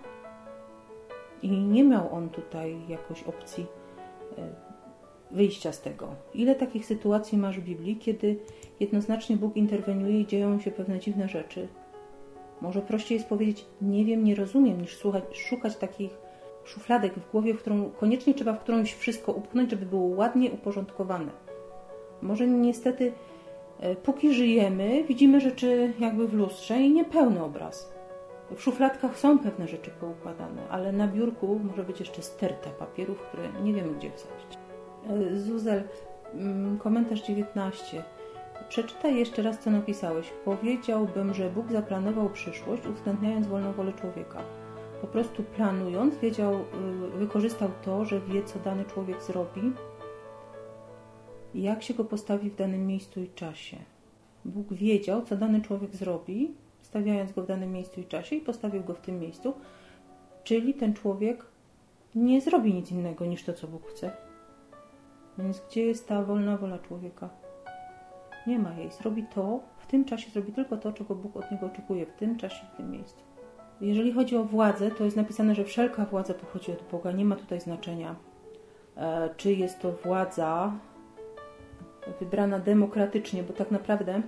Speaker 1: i nie miał on tutaj jakoś opcji wyjścia z tego. Ile takich sytuacji masz w Biblii, kiedy jednoznacznie Bóg interweniuje i dzieją się pewne dziwne rzeczy? Może prościej jest powiedzieć: nie wiem, nie rozumiem, niż szukać takich szufladek w głowie, w którą koniecznie trzeba w którąś wszystko upchnąć, żeby było ładnie uporządkowane. Może niestety, póki żyjemy, widzimy rzeczy jakby w lustrze i niepełny obraz. W szufladkach są pewne rzeczy poukładane, ale na biurku może być jeszcze sterta papierów, które nie wiemy gdzie wsadzić. Zuzel, komentarz 19. Przeczytaj jeszcze raz, co napisałeś. Powiedziałbym, że Bóg zaplanował przyszłość, uwzględniając wolną wolę człowieka. Po prostu planując, wykorzystał to, że wie, co dany człowiek zrobi jak się go postawi w danym miejscu i czasie. Bóg wiedział, co dany człowiek zrobi, stawiając go w danym miejscu i czasie i postawił go w tym miejscu, czyli ten człowiek nie zrobi nic innego niż to, co Bóg chce. Więc gdzie jest ta wolna wola człowieka? Nie ma jej. Zrobi to, w tym czasie zrobi tylko to, czego Bóg od niego oczekuje, w tym czasie, w tym miejscu. Jeżeli chodzi o władzę, to jest napisane, że wszelka władza pochodzi od Boga. Nie ma tutaj znaczenia, czy jest to władza wybrana demokratycznie, bo tak naprawdę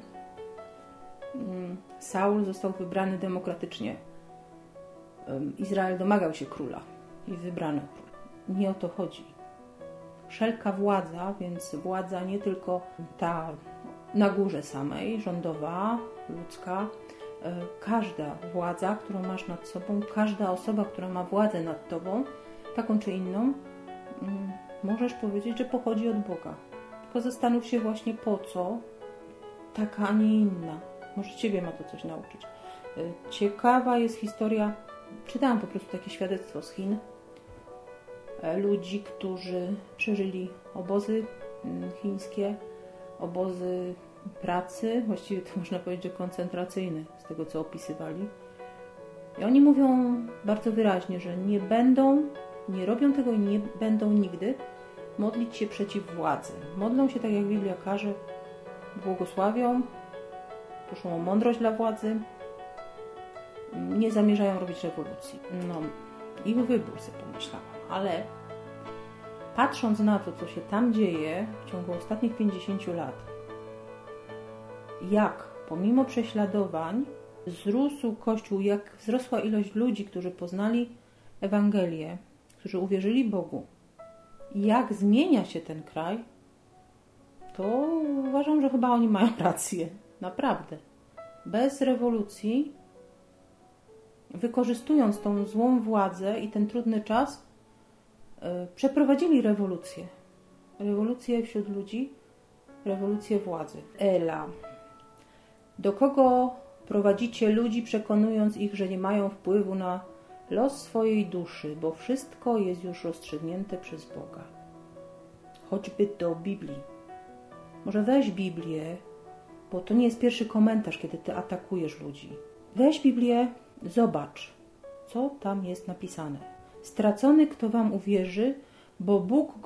Speaker 1: Saul został wybrany demokratycznie. Izrael domagał się króla i wybrano króla. Nie o to chodzi. Wszelka władza, więc władza nie tylko ta na górze samej, rządowa, ludzka, każda władza, którą masz nad sobą, każda osoba, która ma władzę nad tobą, taką czy inną, możesz powiedzieć, że pochodzi od Boga. Tylko zastanów się właśnie po co taka, a nie inna. Może ciebie ma to coś nauczyć. Ciekawa jest historia, czytałam po prostu takie świadectwo z Chin, ludzi, którzy przeżyli obozy chińskie, obozy pracy, właściwie to można powiedzieć, że koncentracyjne, z tego co opisywali. I oni mówią bardzo wyraźnie, że nie robią tego i nie będą nigdy modlić się przeciw władzy. Modlą się tak, jak Biblia każe, błogosławią, proszą o mądrość dla władzy, nie zamierzają robić rewolucji. No, ich wybór, sobie pomyślałam, ale patrząc na to, co się tam dzieje w ciągu ostatnich 50 lat, jak pomimo prześladowań wzrósł Kościół, jak wzrosła ilość ludzi, którzy poznali Ewangelię, którzy uwierzyli Bogu, jak zmienia się ten kraj, to uważam, że chyba oni mają rację. Naprawdę. Bez rewolucji, wykorzystując tą złą władzę i ten trudny czas, przeprowadzili rewolucję. Rewolucję wśród ludzi, rewolucję władzy. Ela. Do kogo prowadzicie ludzi, przekonując ich, że nie mają wpływu na los swojej duszy, bo wszystko jest już rozstrzygnięte przez Boga. Choćby do Biblii. Może weź Biblię, bo to nie jest pierwszy komentarz, kiedy ty atakujesz ludzi. Weź Biblię, zobacz, co tam jest napisane. Stracony, kto wam uwierzy, bo Bóg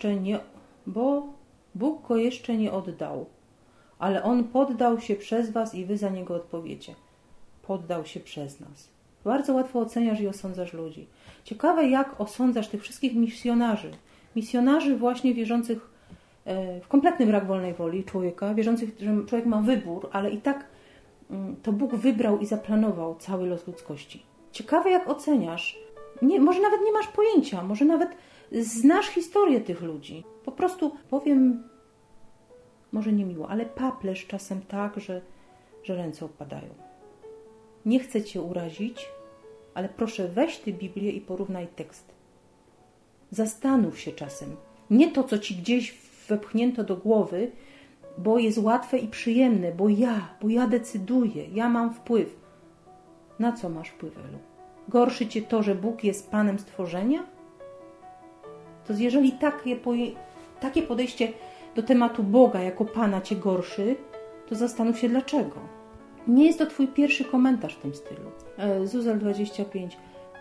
Speaker 1: go jeszcze nie oddał, ale On poddał się przez was i wy za Niego odpowiecie. Poddał się przez nas. Bardzo łatwo oceniasz i osądzasz ludzi. Ciekawe, jak osądzasz tych wszystkich misjonarzy. Misjonarzy właśnie wierzących w kompletny brak wolnej woli człowieka, wierzących, że człowiek ma wybór, ale i tak to Bóg wybrał i zaplanował cały los ludzkości. Ciekawe, jak oceniasz. Może nawet nie masz pojęcia, może nawet znasz historię tych ludzi. Po prostu powiem, może niemiło, ale paplesz czasem tak, że ręce opadają. Nie chcę cię urazić, ale proszę weź ty Biblię i porównaj tekst. Zastanów się czasem. Nie to, co ci gdzieś wepchnięto do głowy, bo jest łatwe i przyjemne, bo ja decyduję, ja mam wpływ. Na co masz wpływ, Elu? Gorszy cię to, że Bóg jest Panem stworzenia? To jeżeli takie podejście do tematu Boga jako Pana cię gorszy, to zastanów się dlaczego. Nie jest to twój pierwszy komentarz w tym stylu. Zuzel 25.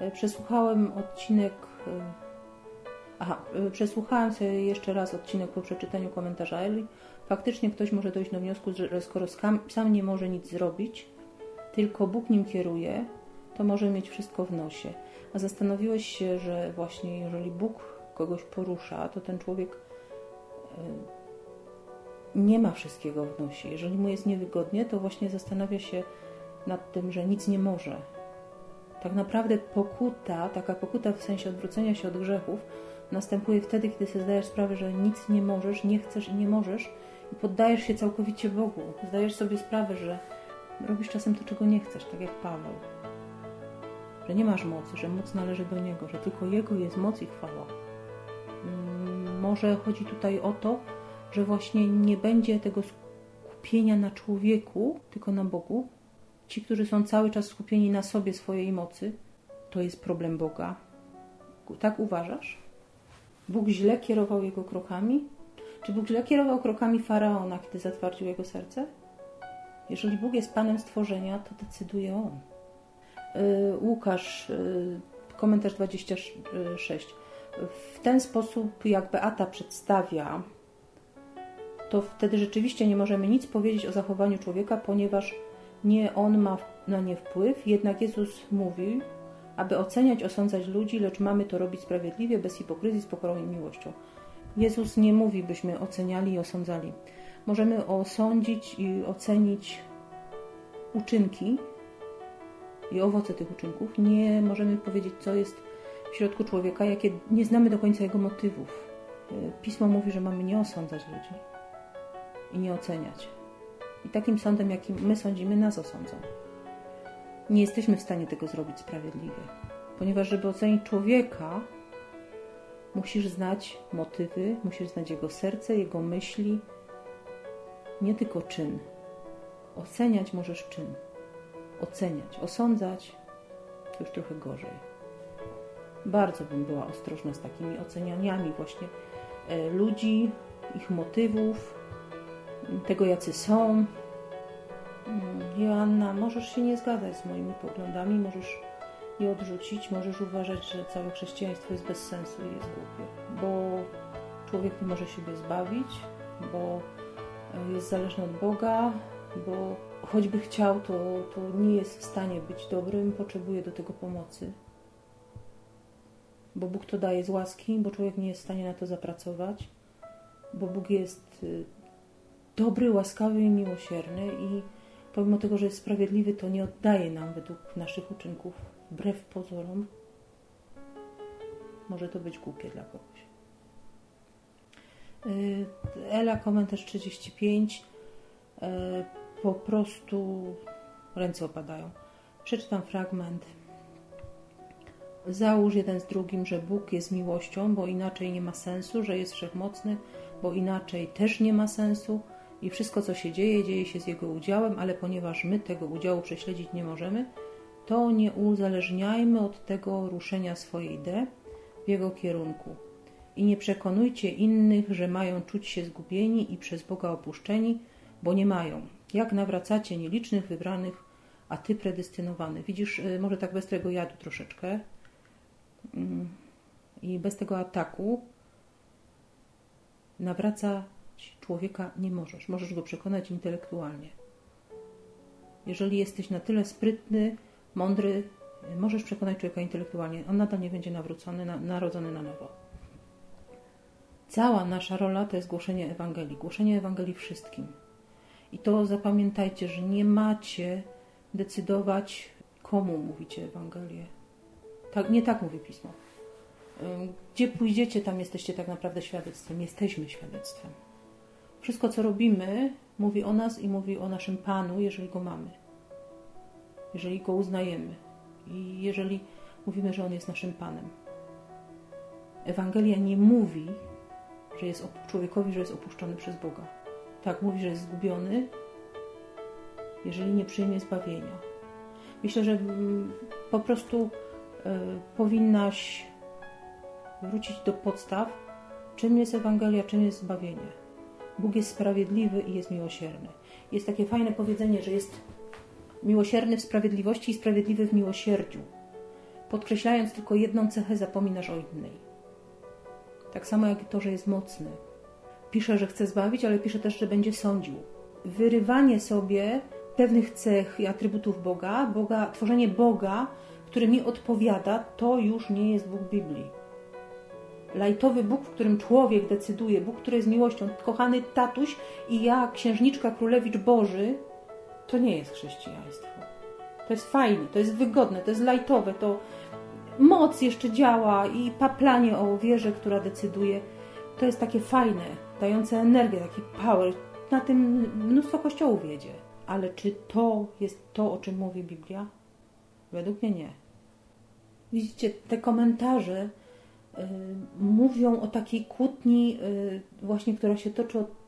Speaker 1: Przesłuchałem sobie jeszcze raz odcinek po przeczytaniu komentarza Eli. Faktycznie ktoś może dojść do wniosku, że skoro sam nie może nic zrobić, tylko Bóg nim kieruje, to może mieć wszystko w nosie. A zastanowiłeś się, że właśnie jeżeli Bóg kogoś porusza, to ten człowiek nie ma wszystkiego w nosie. Jeżeli mu jest niewygodnie, to właśnie zastanawia się nad tym, że nic nie może. Tak naprawdę taka pokuta w sensie odwrócenia się od grzechów następuje wtedy, kiedy sobie zdajesz sprawę, że nic nie możesz, nie chcesz i nie możesz i poddajesz się całkowicie Bogu. Zdajesz sobie sprawę, że robisz czasem to, czego nie chcesz, tak jak Paweł. Że nie masz mocy, że moc należy do Niego, że tylko Jego jest moc i chwała. Może chodzi tutaj o to, że właśnie nie będzie tego skupienia na człowieku, tylko na Bogu. Ci, którzy są cały czas skupieni na sobie, swojej mocy, to jest problem Boga. Tak uważasz? Bóg źle kierował jego krokami? Czy Bóg źle kierował krokami Faraona, kiedy zatwardził jego serce? Jeżeli Bóg jest Panem stworzenia, to decyduje On. Łukasz, komentarz 26. W ten sposób, jak Beata przedstawia, to wtedy rzeczywiście nie możemy nic powiedzieć o zachowaniu człowieka, ponieważ nie on ma na nie wpływ. Jednak Jezus mówi, aby oceniać, osądzać ludzi, lecz mamy to robić sprawiedliwie, bez hipokryzji, z pokorą i miłością. Jezus nie mówi, byśmy oceniali i osądzali. Możemy osądzić i ocenić uczynki i owoce tych uczynków. Nie możemy powiedzieć, co jest w środku człowieka, jakie nie znamy do końca jego motywów. Pismo mówi, że mamy nie osądzać ludzi i nie oceniać. I takim sądem, jakim my sądzimy, nas osądzą. Nie jesteśmy w stanie tego zrobić sprawiedliwie, ponieważ żeby ocenić człowieka, musisz znać motywy, musisz znać jego serce, jego myśli, nie tylko czyn. Oceniać możesz czyn. Oceniać, osądzać to już trochę gorzej. Bardzo bym była ostrożna z takimi ocenianiami właśnie ludzi, ich motywów, tego jacy są. Joanna, możesz się nie zgadzać z moimi poglądami, możesz je odrzucić, możesz uważać, że całe chrześcijaństwo jest bez sensu i jest głupie, bo człowiek nie może siebie zbawić, bo jest zależny od Boga, bo choćby chciał, to nie jest w stanie być dobrym, potrzebuje do tego pomocy. Bo Bóg to daje z łaski, bo człowiek nie jest w stanie na to zapracować, bo Bóg jest dobry, łaskawy i miłosierny i pomimo tego, że jest sprawiedliwy, to nie oddaje nam według naszych uczynków, wbrew pozorom. Może to być głupie dla kogoś. Ela, komentarz 35. Po prostu ręce opadają. Przeczytam fragment. Załóż jeden z drugim, że Bóg jest miłością, bo inaczej nie ma sensu, że jest wszechmocny, bo inaczej też nie ma sensu i wszystko, co się dzieje, dzieje się z Jego udziałem, ale ponieważ my tego udziału prześledzić nie możemy, to nie uzależniajmy od tego ruszenia swojej idei w Jego kierunku. I nie przekonujcie innych, że mają czuć się zgubieni i przez Boga opuszczeni, bo nie mają. Jak nawracacie nielicznych, wybranych, a Ty predestynowany. Widzisz, może tak bez tego jadu troszeczkę i bez tego ataku nawracać człowieka nie możesz. Możesz go przekonać intelektualnie. Jeżeli jesteś na tyle sprytny, mądry, możesz przekonać człowieka intelektualnie. On nadal nie będzie nawrócony, narodzony na nowo. Cała nasza rola to jest głoszenie Ewangelii. Głoszenie Ewangelii wszystkim. I to zapamiętajcie, że nie macie decydować, komu mówicie Ewangelię. Tak, nie tak mówi Pismo. Gdzie pójdziecie, tam jesteście tak naprawdę świadectwem. Jesteśmy świadectwem. Wszystko, co robimy, mówi o nas i mówi o naszym Panu, jeżeli Go mamy. Jeżeli Go uznajemy. I jeżeli mówimy, że On jest naszym Panem. Ewangelia nie mówi, że jest człowiekowi, że jest opuszczony przez Boga. Tak, mówi, że jest zgubiony, jeżeli nie przyjmie zbawienia. Myślę, że po prostu powinnaś wrócić do podstaw, czym jest Ewangelia, czym jest zbawienie. Bóg jest sprawiedliwy i jest miłosierny. Jest takie fajne powiedzenie, że jest miłosierny w sprawiedliwości i sprawiedliwy w miłosierdziu. Podkreślając tylko jedną cechę, zapominasz o innej. Tak samo jak to, że jest mocny. Pisze, że chce zbawić, ale pisze też, że będzie sądził. Wyrywanie sobie pewnych cech i atrybutów Boga, tworzenie Boga, który mi odpowiada, to już nie jest Bóg Biblii. Lajtowy Bóg, w którym człowiek decyduje, Bóg, który jest miłością, kochany tatuś i ja, księżniczka, królewicz Boży, to nie jest chrześcijaństwo. To jest fajne, to jest wygodne, to jest lajtowe, to moc jeszcze działa i paplanie o wierze, która decyduje. To jest takie fajne, dające energię, taki power. Na tym mnóstwo kościołów jedzie. Ale czy to jest to, o czym mówi Biblia? Według mnie nie. Widzicie, te komentarze mówią o takiej kłótni właśnie, która się toczy od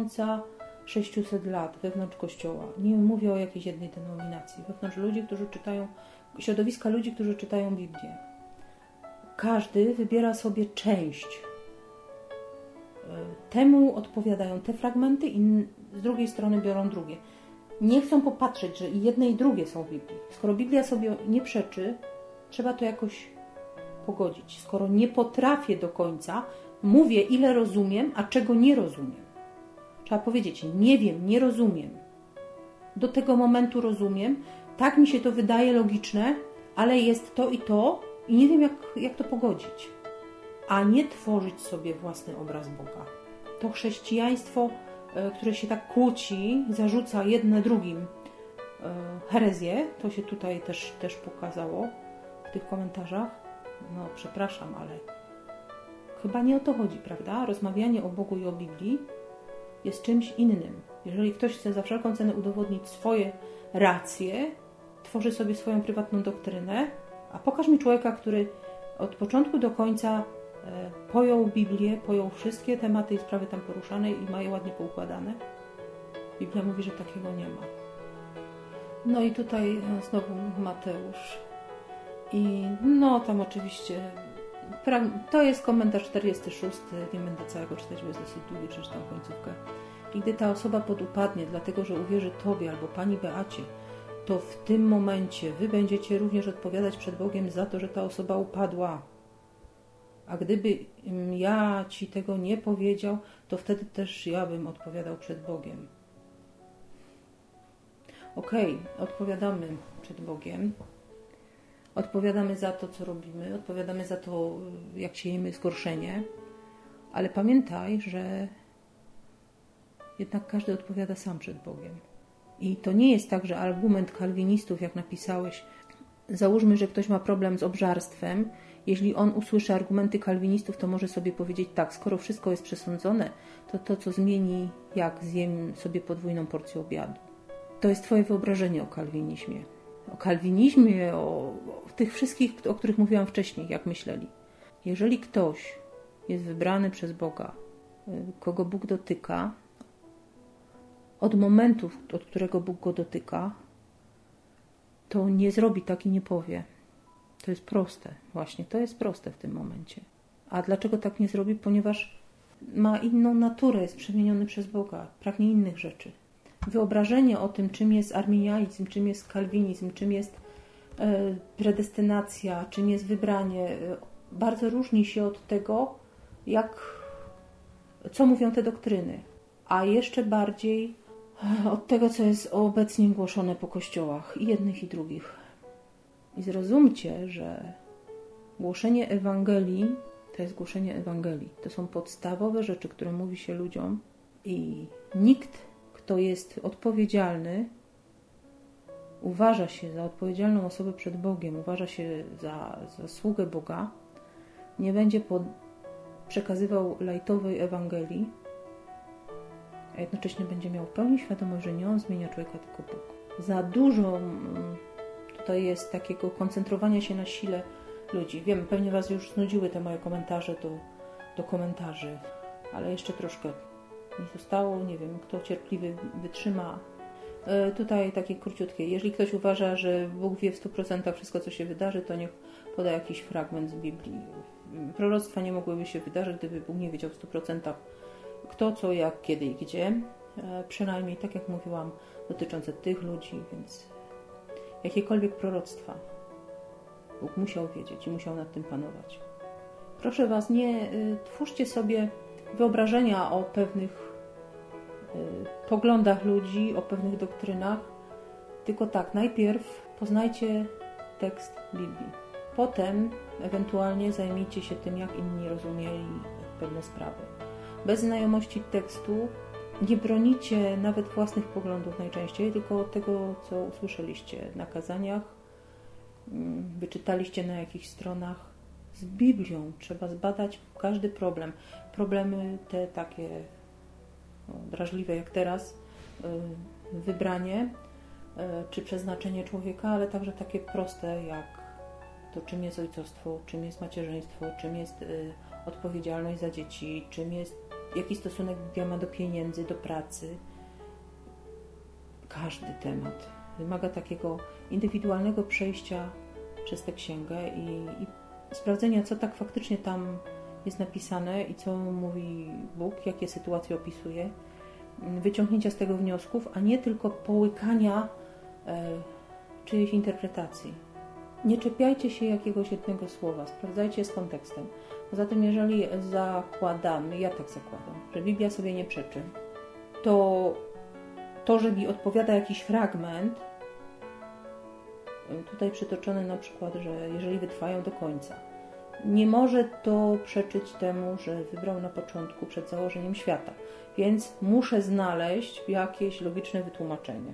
Speaker 1: 1600 lat wewnątrz Kościoła. Nie mówię o jakiejś jednej denominacji. Wewnątrz ludzi, którzy czytają, środowiska ludzi, którzy czytają Biblię. Każdy wybiera sobie część Temu odpowiadają te fragmenty i z drugiej strony biorą drugie. Nie chcą popatrzeć, że i jedne i drugie są w Biblii. Skoro Biblia sobie nie przeczy, trzeba to jakoś pogodzić. Skoro nie potrafię do końca, mówię ile rozumiem, a czego nie rozumiem. Trzeba powiedzieć, nie wiem, nie rozumiem. Do tego momentu rozumiem, tak mi się to wydaje logiczne, ale jest to i nie wiem jak to pogodzić. A nie tworzyć sobie własny obraz Boga. To chrześcijaństwo, które się tak kłóci, zarzuca jedne drugim herezję, to się tutaj też pokazało w tych komentarzach. No przepraszam, ale chyba nie o to chodzi, prawda? Rozmawianie o Bogu i o Biblii jest czymś innym. Jeżeli ktoś chce za wszelką cenę udowodnić swoje racje, tworzy sobie swoją prywatną doktrynę, a pokaż mi człowieka, który od początku do końca pojął Biblię, pojął wszystkie tematy i sprawy tam poruszane i ma je ładnie poukładane. Biblia mówi, że takiego nie ma. No i tutaj znowu Mateusz. I no tam oczywiście to jest komentarz 46, nie będę całego czytać, bo jest dosyć długi, przeczytam końcówkę. I gdy ta osoba podupadnie, dlatego że uwierzy Tobie albo Pani Beacie, to w tym momencie Wy będziecie również odpowiadać przed Bogiem za to, że ta osoba upadła. A gdyby ja Ci tego nie powiedział, to wtedy też ja bym odpowiadał przed Bogiem. Okej, odpowiadamy przed Bogiem. Odpowiadamy za to, co robimy. Odpowiadamy za to, jak siejemy zgorszenie. Ale pamiętaj, że jednak każdy odpowiada sam przed Bogiem. I to nie jest tak, że argument kalwinistów, jak napisałeś, załóżmy, że ktoś ma problem z obżarstwem. Jeśli on usłyszy argumenty kalwinistów, to może sobie powiedzieć tak, skoro wszystko jest przesądzone, to co zmieni, jak zjem sobie podwójną porcję obiadu. To jest Twoje wyobrażenie o kalwinizmie. O kalwinizmie, o tych wszystkich, o których mówiłam wcześniej, jak myśleli. Jeżeli ktoś jest wybrany przez Boga, kogo Bóg dotyka, od momentu, od którego Bóg go dotyka, to nie zrobi tak i nie powie. To jest proste. Właśnie to jest proste w tym momencie. A dlaczego tak nie zrobi? Ponieważ ma inną naturę, jest przemieniony przez Boga, pragnie innych rzeczy. Wyobrażenie o tym, czym jest arminianizm, czym jest kalwinizm, czym jest predestynacja, czym jest wybranie, bardzo różni się od tego, co mówią te doktryny. A jeszcze bardziej od tego, co jest obecnie głoszone po kościołach i jednych i drugich. I zrozumcie, że głoszenie Ewangelii to jest głoszenie Ewangelii. To są podstawowe rzeczy, które mówi się ludziom i nikt, kto jest odpowiedzialny, uważa się za odpowiedzialną osobę przed Bogiem, uważa się za sługę Boga, nie będzie przekazywał lajtowej Ewangelii, a jednocześnie będzie miał w pełni świadomość, że nie on zmienia człowieka, tylko Bóg. Za dużo tutaj jest takiego koncentrowania się na sile ludzi. Wiem, pewnie Was już znudziły te moje komentarze do komentarzy, ale jeszcze troszkę mi zostało. Nie wiem, kto cierpliwy wytrzyma. Tutaj takie króciutkie. Jeżeli ktoś uważa, że Bóg wie w 100% wszystko, co się wydarzy, to niech poda jakiś fragment z Biblii. Proroctwa nie mogłyby się wydarzyć, gdyby Bóg nie wiedział w 100% kto, co, jak, kiedy i gdzie. Przynajmniej, tak jak mówiłam, dotyczące tych ludzi, więc jakiekolwiek proroctwa Bóg musiał wiedzieć i musiał nad tym panować. Proszę Was, nie twórzcie sobie wyobrażenia o pewnych poglądach ludzi, o pewnych doktrynach, tylko tak, najpierw poznajcie tekst Biblii. Potem ewentualnie zajmijcie się tym, jak inni rozumieli pewne sprawy. Bez znajomości tekstu nie bronicie nawet własnych poglądów najczęściej, tylko tego, co usłyszeliście na kazaniach, wyczytaliście na jakichś stronach. Z Biblią trzeba zbadać każdy problem. Problemy te takie drażliwe jak teraz, wybranie czy przeznaczenie człowieka, ale także takie proste jak to, czym jest ojcostwo, czym jest macierzyństwo, czym jest odpowiedzialność za dzieci, jaki stosunek Biblia ma do pieniędzy, do pracy. Każdy temat wymaga takiego indywidualnego przejścia przez tę księgę i sprawdzenia, co tak faktycznie tam jest napisane i co mówi Bóg, jakie sytuacje opisuje, wyciągnięcia z tego wniosków, a nie tylko połykania czyjejś interpretacji. Nie czepiajcie się jakiegoś jednego słowa, sprawdzajcie z kontekstem. Poza tym, jeżeli zakładamy, ja tak zakładam, że Biblia sobie nie przeczy, to, że mi odpowiada jakiś fragment, tutaj przytoczony na przykład, że jeżeli wytrwają do końca, nie może to przeczyć temu, że wybrał na początku przed założeniem świata. Więc muszę znaleźć jakieś logiczne wytłumaczenie.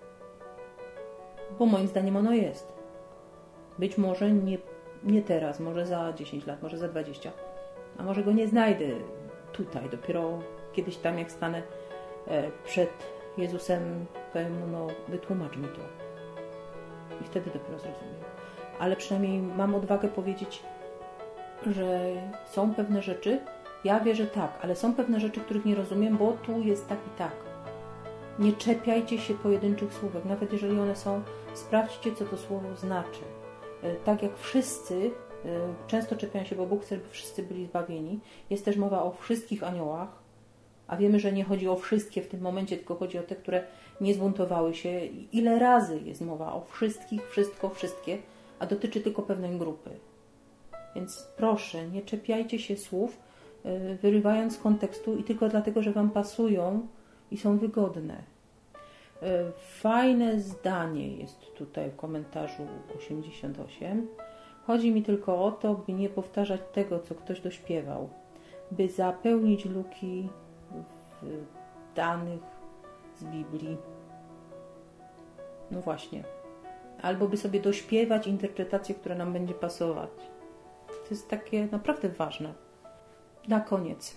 Speaker 1: Bo moim zdaniem ono jest. Być może nie teraz, może za 10 lat, może za 20. A może go nie znajdę tutaj. Dopiero kiedyś tam, jak stanę przed Jezusem, powiem mu, no wytłumacz mi to. I wtedy dopiero zrozumiem. Ale przynajmniej mam odwagę powiedzieć, że są pewne rzeczy, ja wierzę tak, ale są pewne rzeczy, których nie rozumiem, bo tu jest tak i tak. Nie czepiajcie się pojedynczych słówek, nawet jeżeli one są, sprawdźcie, co to słowo znaczy. Tak jak wszyscy często czepiają się, bo Bóg chce, żeby wszyscy byli zbawieni. Jest też mowa o wszystkich aniołach, a wiemy, że nie chodzi o wszystkie w tym momencie, tylko chodzi o te, które nie zbuntowały się. Ile razy jest mowa o wszystkich, wszystko, wszystkie, a dotyczy tylko pewnej grupy. Więc proszę, nie czepiajcie się słów, wyrywając z kontekstu i tylko dlatego, że Wam pasują i są wygodne. Fajne zdanie jest tutaj w komentarzu 88. Chodzi mi tylko o to, by nie powtarzać tego, co ktoś dośpiewał, by zapełnić luki w danych z Biblii. No właśnie. Albo by sobie dośpiewać interpretację, która nam będzie pasować. To jest takie naprawdę ważne. Na koniec.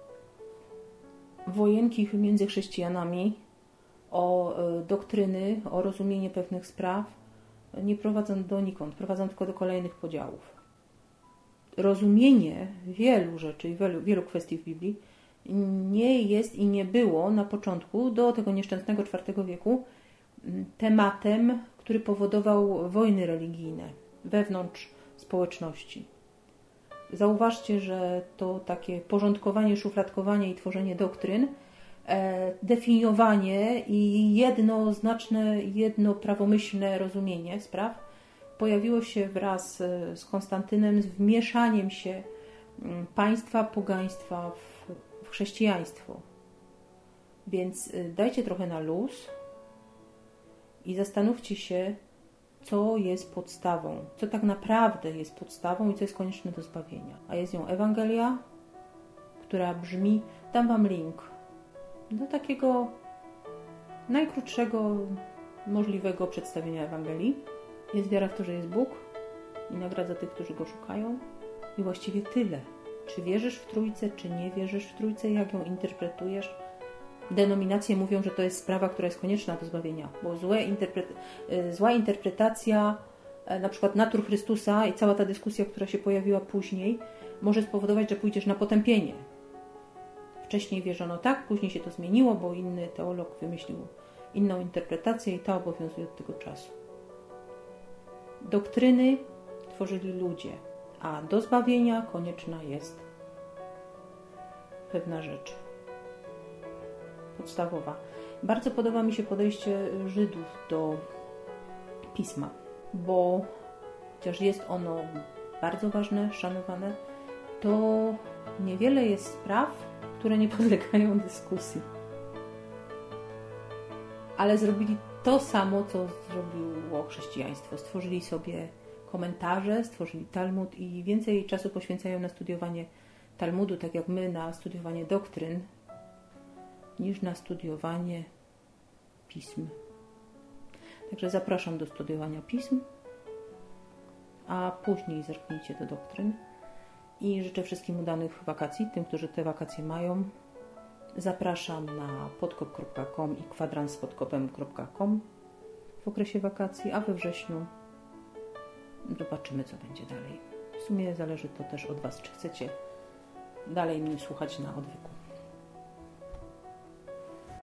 Speaker 1: Wojenki między chrześcijanami o doktryny, o rozumienie pewnych spraw nie prowadzą donikąd, prowadzą tylko do kolejnych podziałów. Rozumienie wielu rzeczy i wielu kwestii w Biblii nie jest i nie było na początku, do tego nieszczęsnego IV wieku, tematem, który powodował wojny religijne wewnątrz społeczności. Zauważcie, że to takie porządkowanie, szufladkowanie i tworzenie doktryn, definiowanie i jednoznaczne, jednoprawomyślne rozumienie spraw pojawiło się wraz z Konstantynem, z wmieszaniem się państwa, pogaństwa w chrześcijaństwo. Więc dajcie trochę na luz i zastanówcie się, co jest podstawą, co tak naprawdę jest podstawą i co jest konieczne do zbawienia. A jest nią Ewangelia, która brzmi, dam Wam link do takiego najkrótszego możliwego przedstawienia Ewangelii. Jest wiara w to, że jest Bóg i nagradza tych, którzy Go szukają. I właściwie tyle. Czy wierzysz w Trójcę, czy nie wierzysz w Trójcę, jak ją interpretujesz? Denominacje mówią, że to jest sprawa, która jest konieczna do zbawienia, bo zła interpretacja na przykład natur Chrystusa i cała ta dyskusja, która się pojawiła później, może spowodować, że pójdziesz na potępienie. Wcześniej wierzono tak, później się to zmieniło, bo inny teolog wymyślił inną interpretację i ta obowiązuje od tego czasu. Doktryny tworzyli ludzie, a do zbawienia konieczna jest pewna rzecz podstawowa. Bardzo podoba mi się podejście Żydów do Pisma, bo chociaż jest ono bardzo ważne, szanowane, to niewiele jest spraw, które nie podlegają dyskusji. Ale zrobili to samo, co zrobiło chrześcijaństwo. Stworzyli sobie komentarze, stworzyli Talmud i więcej czasu poświęcają na studiowanie Talmudu, tak jak my na studiowanie doktryn, niż na studiowanie pism. Także zapraszam do studiowania pism, a później zerknijcie do doktryn. I życzę wszystkim udanych wakacji, tym, którzy te wakacje mają. Zapraszam na podkop.com i kwadranspodkopem.com w okresie wakacji, a we wrześniu zobaczymy, co będzie dalej. W sumie zależy to też od Was, czy chcecie dalej mnie słuchać na odwyku.